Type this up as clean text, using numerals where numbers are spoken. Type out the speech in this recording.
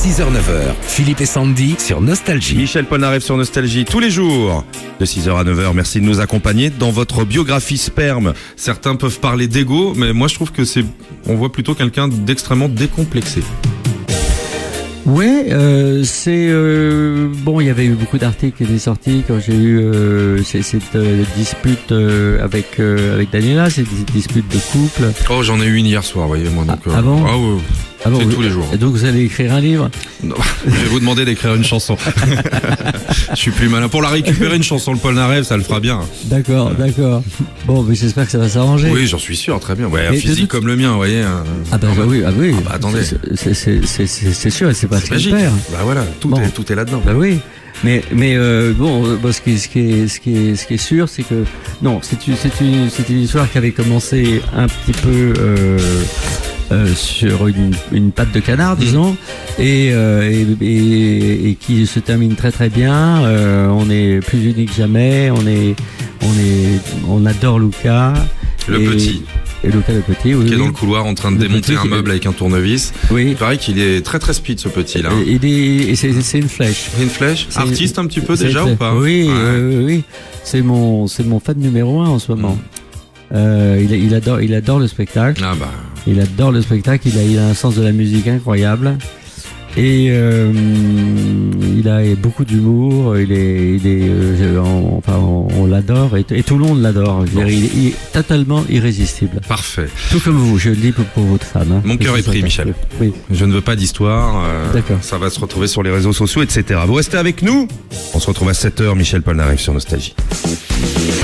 6h-9h, Philippe et Sandy sur Nostalgie. Michel Polnareff sur Nostalgie tous les jours de 6h à 9h. Merci de nous accompagner dans votre biographie sperme. Certains peuvent parler d'ego, mais moi je trouve que on voit plutôt quelqu'un d'extrêmement décomplexé. Ouais, bon, il y avait eu beaucoup d'articles qui étaient sortis quand j'ai eu cette dispute avec Daniela, cette dispute de couple. Oh, j'en ai eu une hier soir, voyez moi. Donc, ah bon? Ah bon, c'est tous les jours. Et donc vous allez écrire un livre? Non, je vais vous demander d'écrire une chanson. Je suis plus malin. Pour la récupérer, une chanson de Polnareff, ça le fera bien. D'accord. Bon, mais j'espère que ça va s'arranger. Oui, j'en suis sûr, très bien. Ouais, un physique comme le mien, vous voyez. Oui. Ah bah attendez. C'est sûr, c'est pas ce magique. Bah voilà, tout est là-dedans. Bah oui. Mais ce qui est sûr, c'est que non, c'est une histoire qui avait commencé un petit peu sur une patte de canard, disons, et qui se termine très très bien. On est plus unis que jamais. On adore Luca. Le petit. Et Luca le petit, oui. Qui est dans le couloir en train de démonter un meuble avec un tournevis. Oui. Il paraît qu'il est très très speed, ce petit là. C'est une flèche. Une flèche. Artiste un petit peu déjà ou pas? Oui, ouais. Oui. C'est mon fan numéro 1 en ce moment. Il adore le spectacle. Ah bah. Il adore le spectacle. Il a un sens de la musique incroyable. Et il a beaucoup d'humour. On l'adore et tout le monde l'adore. Bon. Il est totalement irrésistible. Parfait. Tout comme vous. Je le dis pour votre femme. Hein. Mon cœur est pris, Michel. Oui. Je ne veux pas d'histoire. D'accord. Ça va se retrouver sur les réseaux sociaux, etc. Vous restez avec nous. On se retrouve à 7h, Michel Polnareff sur Nostalgie.